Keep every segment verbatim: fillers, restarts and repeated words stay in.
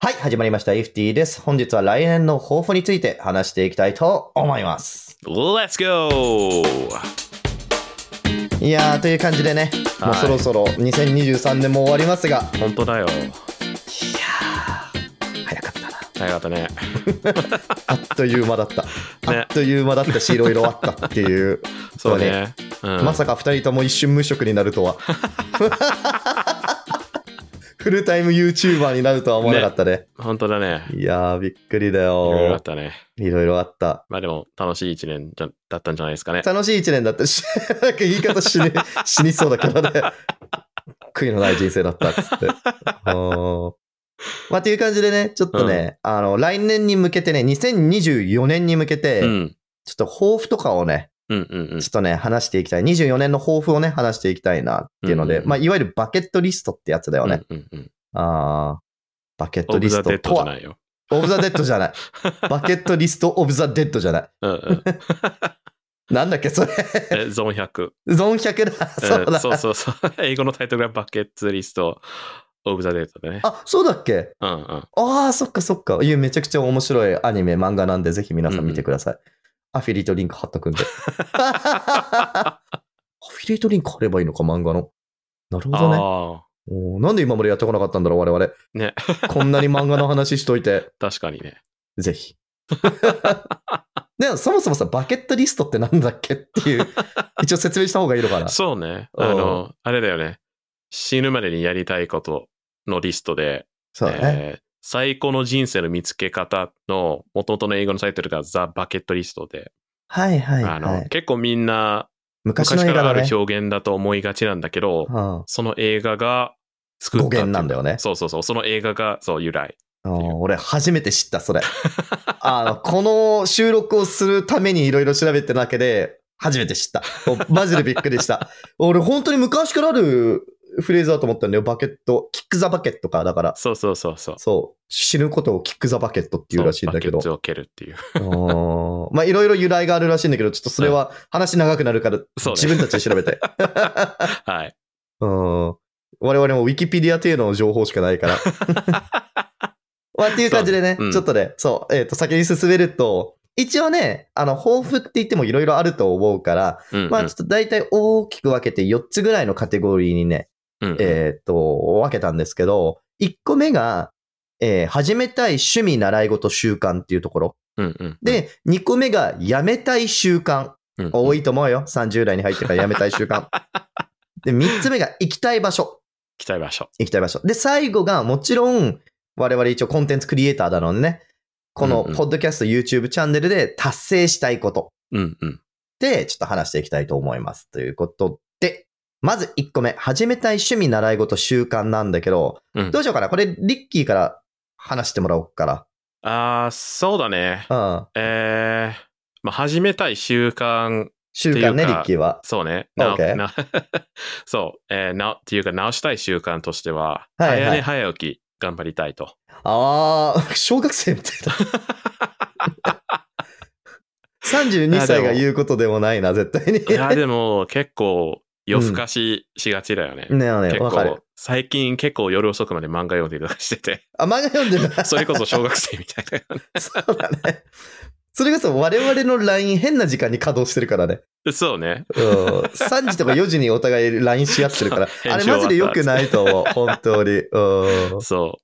はい、始まりました。イフティです。本日は来年の抱負について話していきたいと思います。 Let's go! いやー、という感じでね、もうそろそろにせんにじゅうさんねんも終わりますが。 本当だよ。いやー、早かったな。 早かったね。 あっという間だった。あっという間だったし、いろいろあったっていう。 そうね。 うん、まさかふたりとも一瞬無職になるとは。フルタイム YouTuber になるとは思わなかったね。ね、 本当だね。 いやー、びっくりだよ。 いろいろあったね。 いろいろあった。 まあでも楽しい一年だったんじゃないですかね。 楽しい一年だったし、なんか言い方死に、死にそうだけどね。悔いのない人生だったっつって。まあっていう感じでね、ちょっとね、うん、あの、来年に向けてね、にせんにじゅうよねんに向けて、うん、ちょっと抱負とかをね、 うんうんうん、 ちょっとね、話していきたい。にじゅうよねんの抱負をね、話していきたいなっていうので、うんうん、まあいわゆるバケットリストってやつだよね。 うんうんうん、 あバケットリストとは。 オブザ・デッドじゃないよ。 オブザ・デッドじゃない。バケットリスト・オブザ・デッドじゃない。 うんうん、 なんだっけ、それ。 え、ゾーンひゃく。 ゾーンひゃくだ。そうだ、 うん。そうそうそう。英語のタイトルがバケットリスト・オブザ・デッドでね。 あ、そうだっけ、 うんうん、 ああ、そっかそっか。いや、めちゃくちゃ面白いアニメ、漫画なんで、ぜひ皆さん見てください。うんうん、アフィリエイトリンク貼っとくんで。アフィリエイトリンク貼ればいいのか、漫画の。なるほどね。おなんで今までやってこなかったんだろう、我々。 ね。 こんなに漫画の話しといて。 確かにね。 ぜひ。でもそもそもさ、バケットリストってなんだっけっていう、一応説明した方がいいのかな。 そうね。あの、あれだよね。死ぬまでにやりたいことのリストで、 そうね、 えー、最高の人生の見つけ方の元々の英語のタイトルがザ・バケットリストで、 はいはいはい。 あの結構みんな昔の映画、ね、 昔からある表現だと思いがちなんだけど、はあ、その映画が作った語源なんだよね。 そうそうそう。その映画がそう由来。 俺初めて知ったそれ。あのこの収録をするためにいろいろ調べてるだけで初めて知った。マジでびっくりした。俺本当に昔からあるフレーズだと思ったんだよ。バケット。キックザバケットか。だから。 そうそうそうそう。 そう。死ぬことをキックザバケットっていうらしいんだけど。 バケットを蹴るっていう。 まあいろいろ由来があるらしいんだけど、ちょっとそれは話長くなるから、自分たちで調べて。 はい。 うん我々もウィキペディア程度の情報しかないから。まあっていう感じでね、うん、ちょっとね、そう、えっと、先に進めると、一応ね、あの、抱負って言ってもいろいろあると思うから、うんうん、まあちょっと大体大きく分けてよっつぐらいのカテゴリーにね、うんうん、えっと、分けたんですけど、いっこめが、えー、始めたい趣味、習い事、習慣っていうところ。 うんうんうん、 で、にこめがやめたい習慣。うんうん、多いと思うよ。さんじゅう代に入ってからやめたい習慣。で、みっつめが行きたい場所。 行きたい場所。 行きたい場所。で、最後がもちろん、我々一応コンテンツクリエイターだのでね、このポッドキャスト、うんうん、YouTube チャンネルで達成したいこと。 うんうん、 で、ちょっと話していきたいと思います。ということで、まずいっこめ、始めたい趣味、習い事、習慣なんだけど、うん、どうしようかな。これ、リッキーから話してもらおうから。 ああ、そうだね。 うん、 えー、まあ、始めたい習慣。 習慣ね、リッキーは。 そうね。 な、okay. なそう、えー、な、っていうか直したい習慣としては、 はいはい、 早寝早起き頑張りたいと。 ああ、小学生みたいな。さんじゅうにさいが言うことでもないな、絶対に。 いや、でも結構夜更かししがちだよね。 うん、ねえねえ、 わかる。最近結構夜遅くまで漫画読んでたりしてて。 あ、漫画読んでた。 それこそ小学生みたいだよね。 そうだね。それこそ我々の ライン 変な時間に稼働してるからね。 そうね。 うん。さんじとかよじにお互い ライン し合ってるから。あれマジで良くないと思う。本当に。うん。 そう。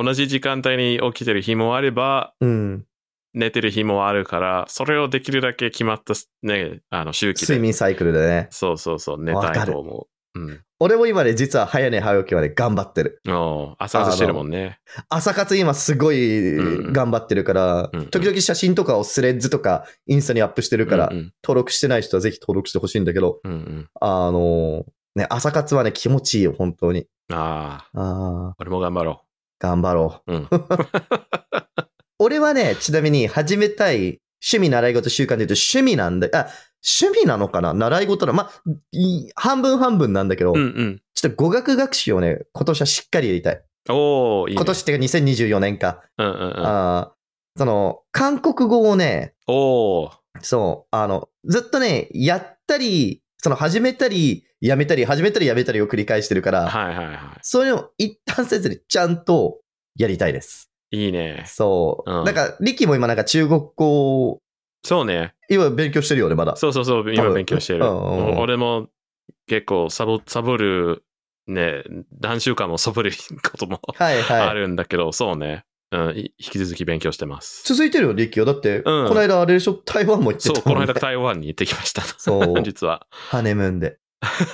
同じ時間帯に起きてる日もあれば、 うん、 寝てる日もあるから、それをできるだけ決まったね、あの周期で。 睡眠サイクルでね。 そうそうそう、寝たいと思う。うん、 俺も今ね、実は早寝早起きはね、頑張ってる。 朝活してるもんね。 朝活今すごい頑張ってるから、うんうん、時々写真とかをスレッズとかインスタにアップしてるから、うんうん、登録してない人はぜひ登録してほしいんだけど、 うんうん、 あの、ね、朝活はね、気持ちいいよ、本当に。 ああ。 俺も頑張ろう。 頑張ろう。 うん、 俺はね、ちなみに始めたい趣味、習い事、習慣で言うと趣味なんだ。あ、趣味なのかな習い事な。まあ、半分半分なんだけど、 うんうん、 ちょっと語学学習をね、今年はしっかりやりたい。 おー、いいね。 今年ってかにせんにじゅうよねんか。 うんうんうん、 あその、韓国語をね、 おー。 そう、あの、ずっとね、やったり、その始めたり、やめたり、始めたりやめたりを繰り返してるから、 はいはいはい。 それを一旦せずにちゃんとやりたいです。 いいね。 そう。 うんなんか、リッキーも今なんか中国語をそうね。 今勉強してるよね、まだ。 そうそうそう、今勉強してる。 うんうんうん俺も結構サボ、サボる、ね、何週間もサボることもはいはい。 あるんだけど、そうね。うん、い引き続き勉強してます。 続いてるよ、リッキーは。だって、この間あれでしょ、台湾も行ってそう、 たもんね。 この間台湾に行ってきました。 そう。 実は。 ハネムーンで。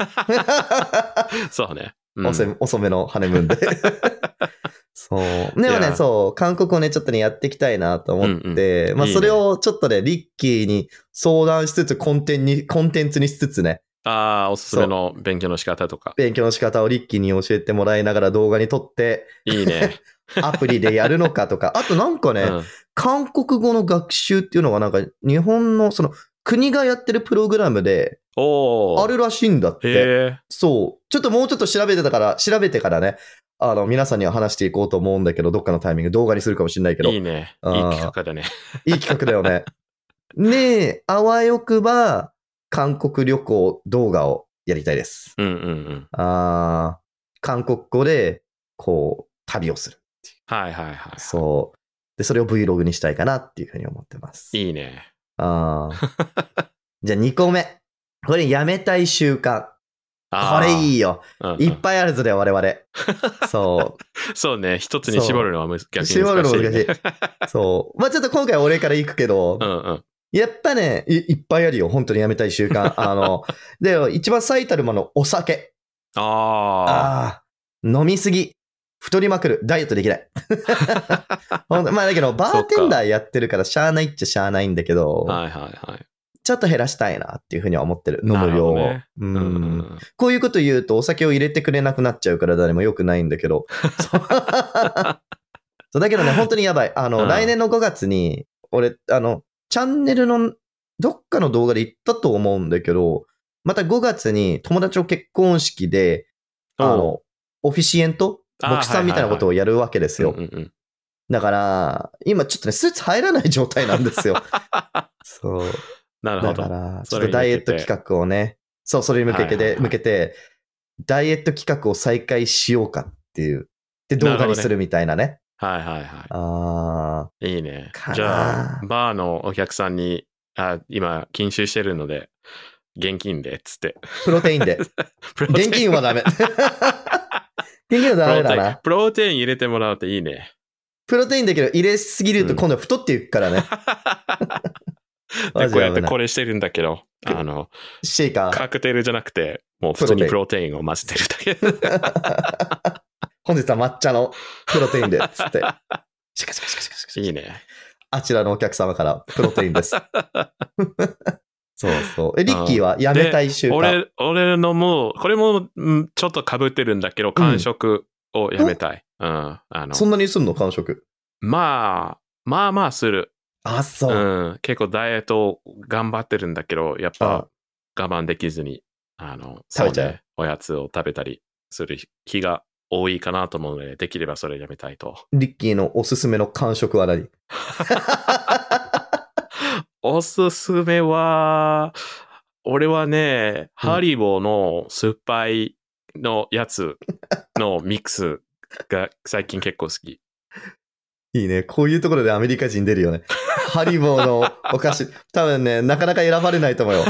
そうね。うん遅め遅めのハネムーンで。そう。でもね、 いやそう、韓国をね、ちょっとね、やっていきたいなと思って、まあ、 うんうんいいねそれをちょっとね、リッキーに相談しつつ、コンテンツに、コンテンツにしつつね、 ああ、おすすめの勉強の仕方とか。 勉強の仕方をリッキーに教えてもらいながら動画に撮って、 いいね。 アプリでやるのかとか、あとなんかね、 うん、 韓国語の学習っていうのがなんか、日本の、その、国がやってるプログラムで、 おー。 あるらしいんだって。 へえ。 そう。ちょっともうちょっと調べてたから、調べてからね、あの、皆さんには話していこうと思うんだけど、どっかのタイミング動画にするかもしれないけど。 いいね。いあーい企画だね。 いい企画だよね。ねえ、あわよくば、韓国旅行動画をやりたいです。 うんうんうん。 あー韓国語で、こう、旅をする。 はいはいはい。 そう。で、それを Vlog にしたいかなっていうふうに思ってます。 いいね。 あーじゃあにこめ。これやめたい習慣。これいい。 いよ。 うんうんいっぱいあるぞだよ、我々。そそうね。一つに絞るのはむず逆に絞る難しい、 の難しいね。 う。そう。まあちょっと今回俺から行くけど、 うんうん。 やっぱねい、いっぱいあるよ。本当にやめたい習慣。あの、で、一番最たるもの、お酒。 ああ。 ああ、飲みすぎ。太りまくる。ダイエットできない。ほんとまあだけど、バーテンダーやってるからしゃあないっちゃしゃあないんだけど、 はいはいはい。 ちょっと減らしたいなっていうふうには思ってる。飲なむ量を。 るほどねうんうんうんうんこういうこと言うとお酒を入れてくれなくなっちゃうから誰も良くないんだけど。そうそうだけどね、本当にやばい。あの、 うん来年のごがつに、俺、あの、チャンネルのどっかの動画で言ったと思うんだけど、またごがつに友達の結婚式で、あおうの、オフィシエントあー牧師さんみたいなことをやるわけですよ。 うんうんうんだから、今ちょっとね、スーツ入らない状態なんですよ。そう。 なるほど。 だから、ちょそれに向けてっとダイエット企画をね、そう、それに向けて、 はいはいはい向けて、ダイエット企画を再開しようかっていう。で、動画にするみたいなね。 はいはいはあい。いいねかな。 じゃあ、バーのお客さんに、あ、今、禁酒してるので、現金で、つって。 ー、プロテインで。 プロテイン現金はダメ。現金はダメだな。 プロテイン入れてもらうといいね。 プロテインだけど入れすぎると今度は太っていくからね。マで、こうやってジ危ないこれしてるんだけど、あの、 シェイカー。 カクテルじゃなくて、もう普通にプロテインを混ぜてるだけ。 本日は抹茶のプロテインで、つって。シカシカシカシカシカシカいいね。 あちらのお客様からプロテインです。そうそう。え、リッキーはやめたい習慣。 俺、俺のもう、これも、んちょっと被ってるんだけど、間食をやめたい。うん。あの、 そんなにすんの間食。 まあ、まあまあする。 あ、そう。 うん。結構ダイエット頑張ってるんだけど、やっあぱ我慢できずに、あの、 食べちゃうそうね、おやつを食べたりする日が多いかなと思うので、できればそれやめたいと。 リッキーのおすすめの間食は何おすすめは、俺はね、ハリボーの酸っぱいのやつのミックスが最近結構好き。 いいね。こういうところでアメリカ人出るよね。ハリボーのお菓子。多分ね、なかなか選ばれないと思うよ。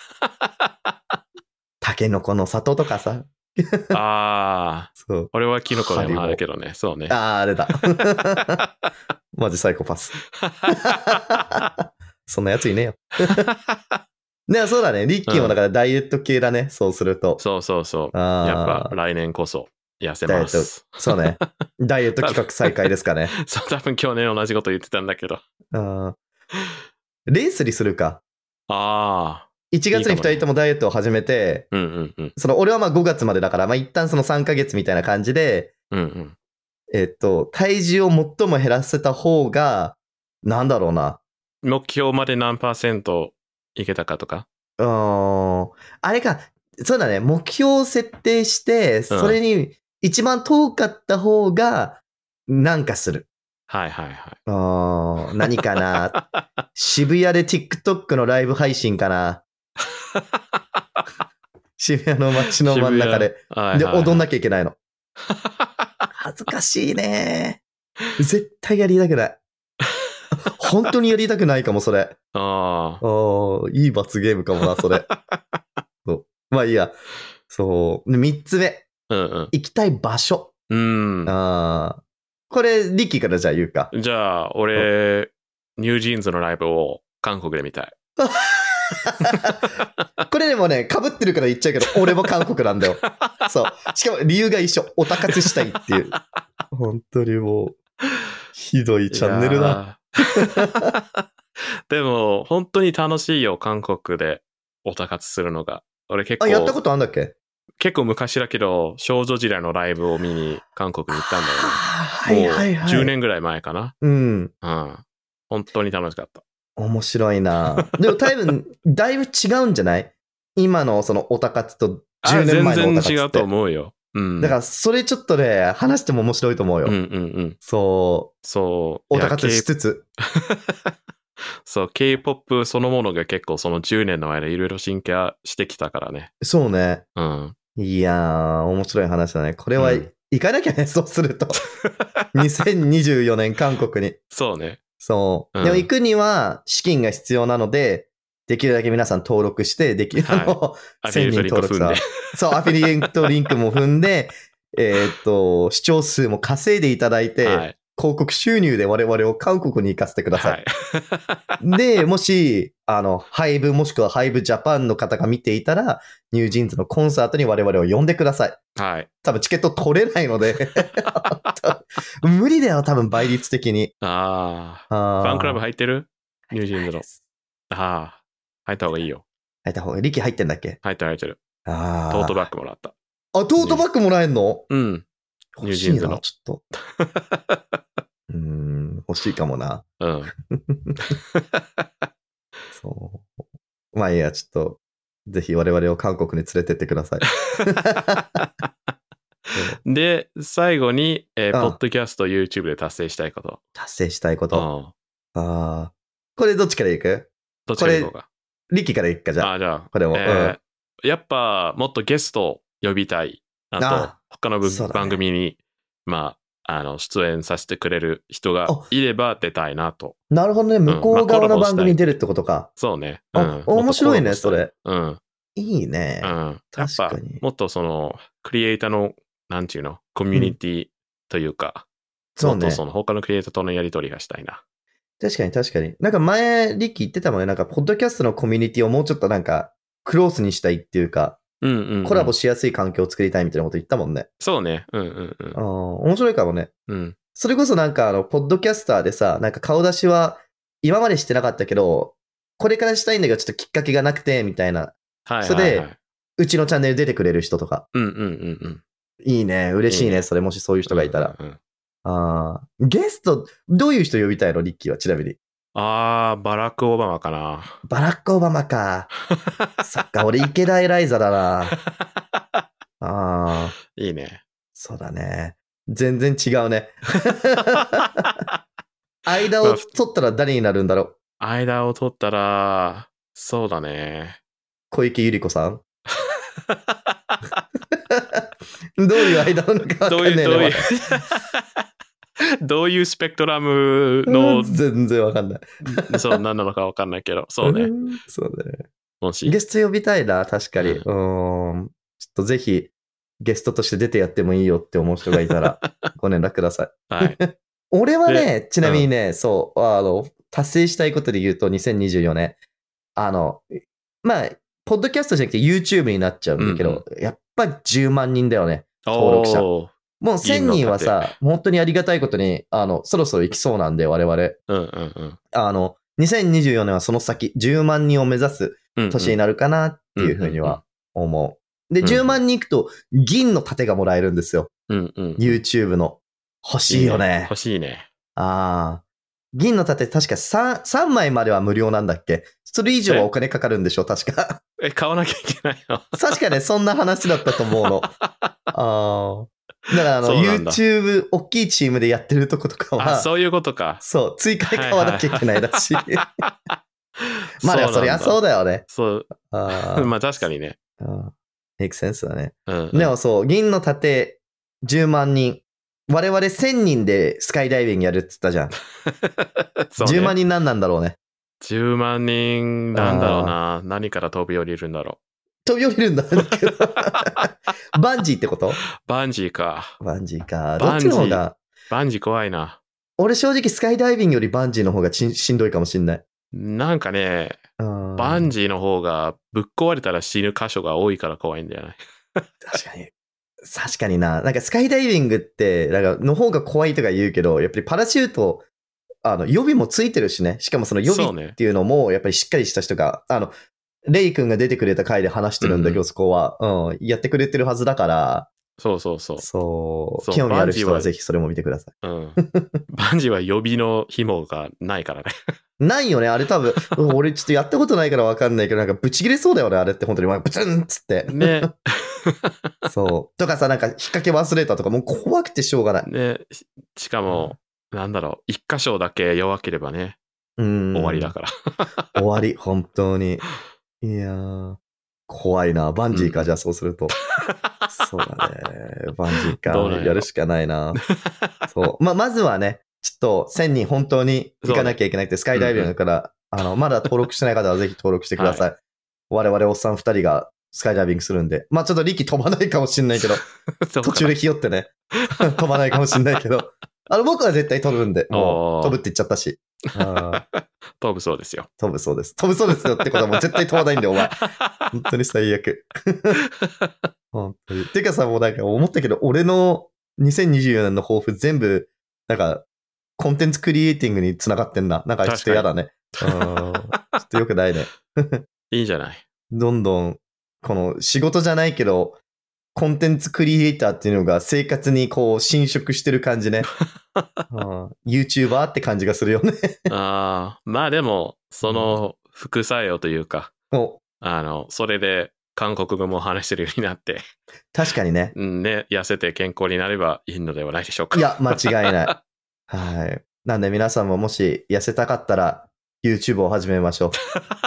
タケノコの里とかさ。 ああ、 そう。 俺はキノコでもあハリボーるけどね、そうね。 あー、出た。マジサイコパス。そんなやついねえよ。ね、そうだね。リッキーもだからダイエット系だね。そうすると。 そうそうそう。 あーやっぱ来年こそ痩せダイエットます。。 そうね。ダイエット企画再開ですかね。 そう、多分去年同じこと言ってたんだけど。 あーレースにするか。 ああ、 いちがつにふたりともダイエットを始めて、 うんうんうん。 その俺はまあごがつまでだから、まあ一旦そのさんかげつみたいな感じで、 うんうん。 えっと、体重を最も減らせた方が、なんだろうな。 目標まで何パーセントいけたかとか。 うーん。あれか、そうだね。目標を設定して、それに一番遠かった方が、なんかする。 はいはいはい。 うーん。何かな。渋谷で TikTok のライブ配信かな。渋谷の街の真ん中で。 はいはいで、 はい踊んなきゃいけないの。恥ずかしいね。 絶対やりたくない。本当にやりたくないかも、それ。 あああ、いい罰ゲームかもな、それ。そうまあいいや。そう。で、三つ目。 うんうん。 行きたい場所。 うん。 ああ。これ、リッキーからじゃあ言うか。 じゃあ、俺、ニュージーンズのライブを韓国で見たい。 これでもね、被ってるから言っちゃうけど、俺も韓国なんだよ。そう。しかも理由が一緒。オタ活したいっていう。本当にもう、ひどいチャンネルだ。 でも、本当に楽しいよ、韓国でオタ活するのが。俺結構、 あ、やったことあんだっけ？ 結構昔だけど、少女時代のライブを見に韓国に行ったんだよね。 はいはいはい。 もうじゅうねんぐらい前かな。 うん。 うん。本当に楽しかった。 面白いな。でも多分、だいぶ違うんじゃない？今のそのオタ活とじゅうねんまえのオタ活って。 全然違うと思うよ。うん。 だからそれちょっとね、話しても面白いと思うよ。 うんうんうん。 そう。 そう。 オタ活しつつ。 そう、K-ポップ そのものが結構そのじゅうねんの間いろいろ進化してきたからね。 そうね。 うん。 いやー、面白い話だね。これは、うん、行かなきゃね、そうすると。にせんにじゅうよねん韓国に。 そうね。 そう。うん、でも行くには資金が必要なので、できるだけ皆さん登録して、できる、はい、あの、せんにん登録者。そう、アフィリエイトリンクも踏んで、えっと、視聴数も稼いでいただいて、はい、広告収入で我々を韓国に行かせてください。はい、で、もし、あの、ハイブもしくはハイブジャパンの方が見ていたら、ニュージーンズのコンサートに我々を呼んでください。 はい。 多分チケット取れないので。無理だよ、多分倍率的に。 ああ。ファンクラブ入ってる？ニュージーンズの。ああ。入った方がいいよ。 入った方がいい。リキ入ってんだっけ？ 入ってる入ってる。 ああ。 トートバッグもらった。 あ、トートバッグもらえんの？ うん。ニュージーンズの。 ちょっと。うーん、欲しいかもな。 うん。 そう。まあいいや、ちょっと、ぜひ我々を韓国に連れてってください。 で、最後に、えー、ポッドキャスト YouTube で達成したいこと。 達成したいこと。ああ。これどっちからいく？ どっちからいこうか。 リキからいくか、じゃあ。 あ、じゃあ。 これも、 えーうん。やっぱ、もっとゲスト呼びたい。あと、あ他の、ね、番組に、まあ、あの、出演させてくれる人がいれば出たいなと。 なるほどね。向こう側の番組に出るってことか。 うんまあ、そうね。 うん。面白いね、それ。 うん。 いいね。 うん。確かに。もっとその、クリエイターの、なんていうの、コミュニティというか、うん、そうね。もっとその他のクリエイターとのやり取りがしたいな。 確かに確かに。なんか前、リッキー言ってたもんね。なんか、ポッドキャストのコミュニティをもうちょっとなんか、クロースにしたいっていうか、 うんうんうん、 コラボしやすい環境を作りたいみたいなこと言ったもんね。 そうね。うんうんうん。 ああ、面白いかもね。 うん。 それこそなんかあの、ポッドキャスターでさ、なんか顔出しは今までしてなかったけど、これからしたいんだけどちょっときっかけがなくて、みたいな。 はいはい、はい。 それで、うちのチャンネル出てくれる人とか。 うんうんうんうん。 いいね。嬉しいね。いいねそれもしそういう人がいたら。うんうんうん、ああ。ゲスト、どういう人呼びたいのリッキーはちなみに。 あー、バラク・オバマかな。 バラック・オバマか。そっか、俺池田エライザだな。ああ。 いいね。 そうだね。全然違うね。間を取ったら誰になるんだろう。 間を取ったら、そうだね。 小池百合子さんどういう間なのか分かんねえね。 どういう、どういうどういうスペクトラムの全然わかんない。 そう、何なのかわかんないけど、そうね。 そうね。 もし。 ゲスト呼びたいな、確かに。うん、うんちょっとぜひ、ゲストとして出てやってもいいよって思う人がいたら、ご連絡ください。 はい。 俺はね、ちなみにね、うん、そう、あの、達成したいことで言うと、にせんにじゅうよねん。あの、まあ、ポッドキャストじゃなくて YouTube になっちゃうんだけど、うんうん、やっぱりじゅうまんにんだよね、登録者。もうせんにんはさ、本当にありがたいことに、あの、そろそろ行きそうなんで、我々。 うんうんうん。 あの、にせんにじゅうよねんはその先、じゅうまんにんを目指す年になるかなっていうふうには思う。で、じゅうまんにん行くと、銀の盾がもらえるんですよ。 うんうんうん、 YouTube の。欲しいよね。 いいね欲しいね。 ああ。銀の盾確か 3, さんまいまでは無料なんだっけ？それ以上はお金かかるんでしょ確か。 え、買わなきゃいけないの確かね、そんな話だったと思うの。ああ。だからあの、YouTube、大きいチームでやってるとことかは。 あ、そういうことか。 そう、追加で買わなきゃいけないらしい。はいはいはい、まあでもそりゃそうだよね。 そう。あまあ確かにね。 あメイクセンスだね。 うんうん、 でもそう、銀の盾じゅうまんにん。 我々せんにんでスカイダイビングやるって言ったじゃん。 そうね、 じゅうまんにんなんなんだろうね。 じゅうまんにんなんだろうな。何から飛び降りるんだろう。 飛び降りるんだ。バンジーってこと？ バンジーか。 バンジーか。どっちの方が？ バンジー怖いな。 俺正直スカイダイビングよりバンジーの方がししんどいかもしんない。 なんかね、バンジーの方がぶっ壊れたら死ぬ箇所が多いから怖いんだよね。 確かに。確かにな。なんかスカイダイビングって、なんかの方が怖いとか言うけど、やっぱりパラシュート、あの、予備もついてるしね。しかもその予備っていうのも、やっぱりしっかりした人が、あの、レイ君が出てくれた回で話してるんだけど、うん、そこは、うん、やってくれてるはずだから。 そうそうそう。 そう。興味ある人はぜひそれも見てください。 うん。バンジーは予備の紐がないからね。 ないよね。あれ多分、俺ちょっとやったことないからわかんないけど、なんかブチ切れそうだよね。あれって本当に、ブツンっつって。 ね。 そう。とかさ、なんか引っ掛け忘れたとか、もう怖くてしょうがない。 ね。しかも、うん、なんだろう、一箇所だけ弱ければね、うん終わりだから。 終わり、本当に。いやー、怖いな。バンジーか、うん、じゃあそうすると。そうだね。バンジーか。やるしかないな。そう。ま、まずはね、ちょっとせんにん本当に行かなきゃいけなくて、ね、スカイダイビングから、うんうん、あの、まだ登録してない方はぜひ登録してください。はい、我々おっさんふたりがスカイダイビングするんで。まあちょっと力飛ばないかもしんないけど、途中でひよってね、飛ばないかもしんないけど、あの、僕は絶対飛ぶんで、もう飛ぶって言っちゃったし。 飛ぶそうですよ。 飛ぶそうです。飛ぶそうですよってことはもう絶対飛ばないんで、お前。本当に最悪。本当に。てかさ、もうなんか思ったけど、俺のにせんにじゅうよねんの抱負全部、なんか、コンテンツクリエイティングに繋がってんな。なんかちょっと嫌だね。うん。ちょっと良くないね。 いいじゃない。 どんどん、この仕事じゃないけど、コンテンツクリエイターっていうのが生活にこう侵食してる感じね。うん、YouTuber って感じがするよね。 ああ、まあでも、その副作用というか、うん、あの、それで韓国語も話せるようになって。 確かにね。 うんね、痩せて健康になればいいのではないでしょうか。 いや、間違いない。はい。なんで皆さんももし痩せたかったら YouTube を始めましょう。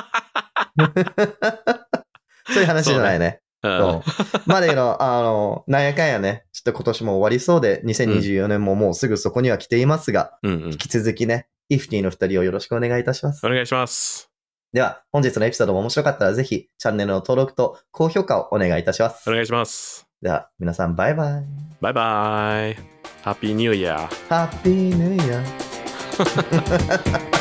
そういう話じゃないね。そうね。うん、まあだけど、あの、なんやかんやね、ちょっと今年も終わりそうで、にせんにじゅうよねんももうすぐそこには来ていますが、うんうん、引き続きね、イフティの二人をよろしくお願いいたします。 お願いします。 では、本日のエピソードも面白かったらぜひ、チャンネルの登録と高評価をお願いいたします。 お願いします。 では、皆さんバイバイ。 バイバイ。ハッピーニューイヤー。 ハッピーニューイヤー。